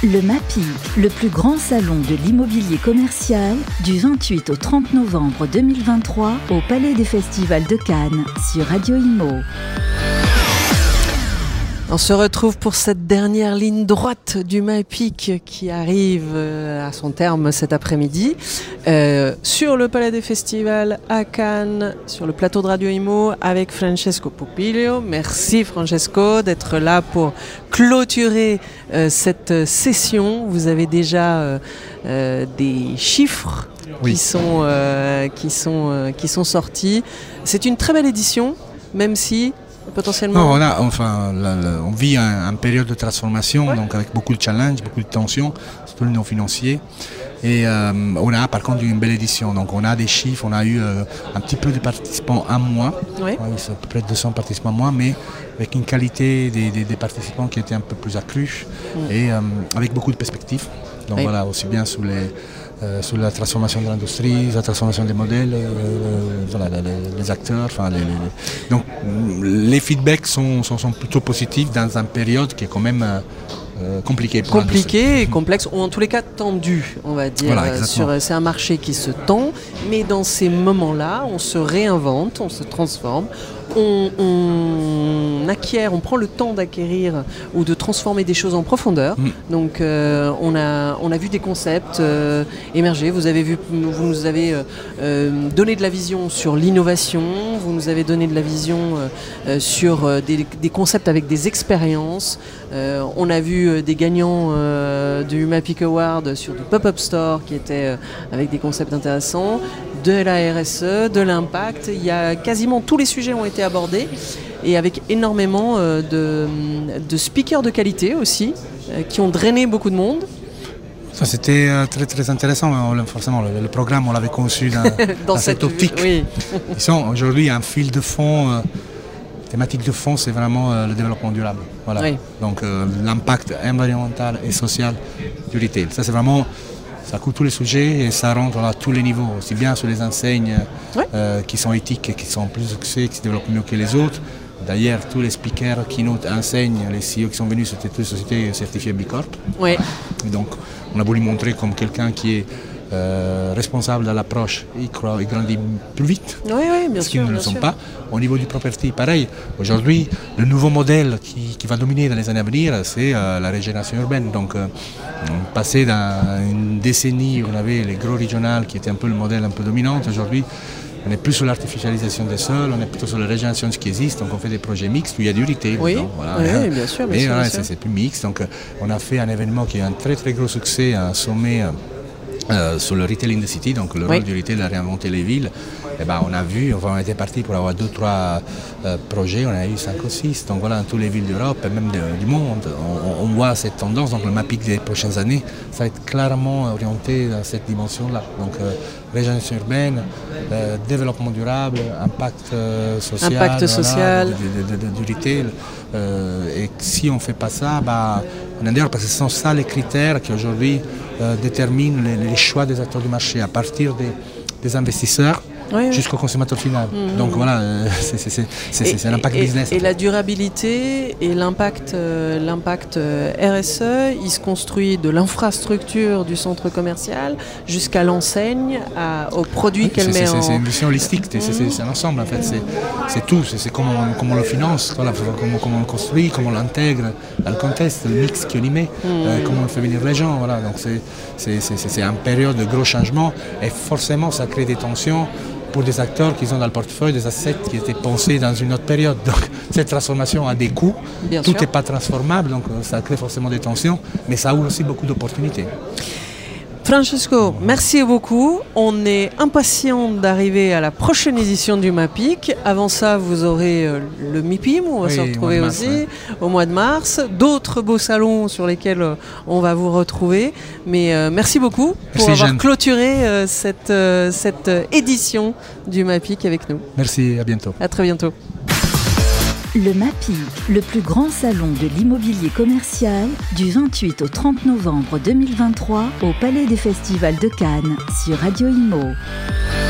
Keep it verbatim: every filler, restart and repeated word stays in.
Le MAPIC, le plus grand salon de l'immobilier commercial, du vingt-huit au trente novembre deux mille vingt-trois au Palais des Festivals de Cannes sur Radio Imo. On se retrouve pour cette dernière ligne droite du MAPIC qui arrive à son terme cet après-midi euh, sur le Palais des Festivals à Cannes, sur le plateau de Radio Imo avec Francesco Pupilio. Merci Francesco d'être là pour clôturer euh, cette session. Vous avez déjà euh, euh, des chiffres oui. qui sont, euh, qui sont, euh, qui sont sortis. C'est une très belle édition, même si potentiellement... Non, on, a, enfin, la, la, on vit un, un période de transformation, ouais. donc avec beaucoup de challenges, beaucoup de tensions, surtout le non financier. Et euh, on a par contre une belle édition, donc on a des chiffres, on a eu euh, un petit peu de participants à moins, ouais. ouais, c'est à peu près deux cents participants à moins, mais avec une qualité des, des, des participants qui était un peu plus accrue mm. et euh, avec beaucoup de perspectives. Donc ouais. voilà, aussi bien sous les... Euh, sur la transformation de l'industrie, la transformation des modèles, euh, voilà, les, les acteurs. Les, les, les... Donc les feedbacks sont, sont, sont plutôt positifs dans une période qui est quand même euh, compliquée. Pour compliquée et complexe, ou en tous les cas tendue, on va dire. Voilà, sur, c'est un marché qui se tend, mais dans ces moments-là, on se réinvente, on se transforme. On, on acquiert, on prend le temps d'acquérir ou de transformer des choses en profondeur. Mmh. Donc euh, on, a, on a vu des concepts euh, émerger. Vous avez vu, vous nous avez euh, donné de la vision sur l'innovation. Vous nous avez donné de la vision euh, sur euh, des, des concepts avec des expériences. Euh, on a vu euh, des gagnants euh, du MAPIC Award sur du pop-up store qui étaient euh, avec des concepts intéressants, de la R S E, de l'impact. Il y a quasiment tous les sujets ont été abordés et avec énormément euh, de, de speakers de qualité aussi euh, qui ont drainé beaucoup de monde. Ça, c'était euh, très très intéressant. Forcément, le, le programme, on l'avait conçu dans, dans, dans cette, cette optique. Oui. Disons, aujourd'hui, un fil de fond, euh, thématique de fond, c'est vraiment euh, le développement durable. Voilà. Oui. Donc euh, l'impact environnemental et social du retail. Ça, c'est vraiment... Ça couvre tous les sujets et ça rentre à tous les niveaux, aussi bien sur les enseignes ouais. euh, qui sont éthiques et qui sont plus succès, qui se développent mieux que les autres. D'ailleurs, tous les speakers qui nous enseignent, les C E O qui sont venus, c'était toutes les sociétés certifiées B Corp. Ouais. Et donc, on a voulu montrer comme quelqu'un qui est euh, responsable de l'approche, il, croit, il grandit plus vite, oui, oui, bien ce sûr, qu'ils ne le sûr. sont pas. Au niveau du property, pareil. Aujourd'hui, le nouveau modèle qui, qui va dominer dans les années à venir, c'est euh, la régénération urbaine. Donc, euh, on passait dans une décennie où on avait les gros régionales qui étaient un peu le modèle un peu dominant. Aujourd'hui, on n'est plus sur l'artificialisation des sols, on est plutôt sur la régénération de ce qui existe. Donc, on fait des projets mixtes où il y a du retail. Oui, donc, voilà, oui, hein. bien sûr. Bien Mais sûr, voilà, bien c'est, sûr. c'est plus mixte. Donc, on a fait un événement qui a un très très gros succès, un sommet euh, sur le retail in the city, donc le rôle oui. du retail à réinventer les villes. Et ben, on a vu, enfin, on était parti pour avoir deux, trois euh, projets, on a eu cinq ou six, donc voilà, dans toutes les villes d'Europe et même de, du monde, on, on voit cette tendance, donc le MAPIC des prochaines années, ça va être clairement orienté dans cette dimension-là. Donc, euh, régénération urbaine, euh, développement durable, impact euh, social, impact social. Voilà, de, de, de, du retail. Euh, et si on ne fait pas ça, bah, on est d'ailleurs parce que ce sont ça les critères qui aujourd'hui euh, déterminent les, les choix des acteurs du marché, à partir des, des investisseurs. Oui, oui. Jusqu'au consommateur final. Mmh. Donc voilà, euh, c'est, c'est, c'est, c'est, et, c'est l'impact et, business. Et la durabilité et l'impact, euh, l'impact euh, R S E, il se construit de l'infrastructure du centre commercial jusqu'à l'enseigne, à, aux produits oui, qu'elle c'est, met c'est, en... C'est une vision holistique, c'est, mmh. c'est, c'est un ensemble en fait, c'est, c'est tout, c'est, c'est comment, on, comment on le finance, voilà, comment, comment on le construit, comment on l'intègre dans le contexte, le mix qu'on y met, mmh. euh, comment on fait venir les gens, voilà. Donc c'est, c'est, c'est, c'est, c'est une période de gros changements et forcément ça crée des tensions pour des acteurs qui ont dans le portefeuille des assets qui étaient pensés dans une autre période. Donc cette transformation a des coûts, Bien tout sûr. n'est pas transformable, donc ça crée forcément des tensions, mais ça ouvre aussi beaucoup d'opportunités. Francesco, merci beaucoup. On est impatient d'arriver à la prochaine édition du MAPIC. Avant ça, vous aurez le MIPIM, où on va oui, se retrouver mars, aussi ouais. au mois de mars. D'autres beaux salons sur lesquels on va vous retrouver. Mais euh, merci beaucoup merci pour avoir Jeanne. clôturé euh, cette, euh, cette édition du MAPIC avec nous. Merci, à bientôt. À très bientôt. Le MAPIC, le plus grand salon de l'immobilier commercial, du vingt-huit au trente novembre deux mille vingt-trois au Palais des Festivals de Cannes sur Radio Imo.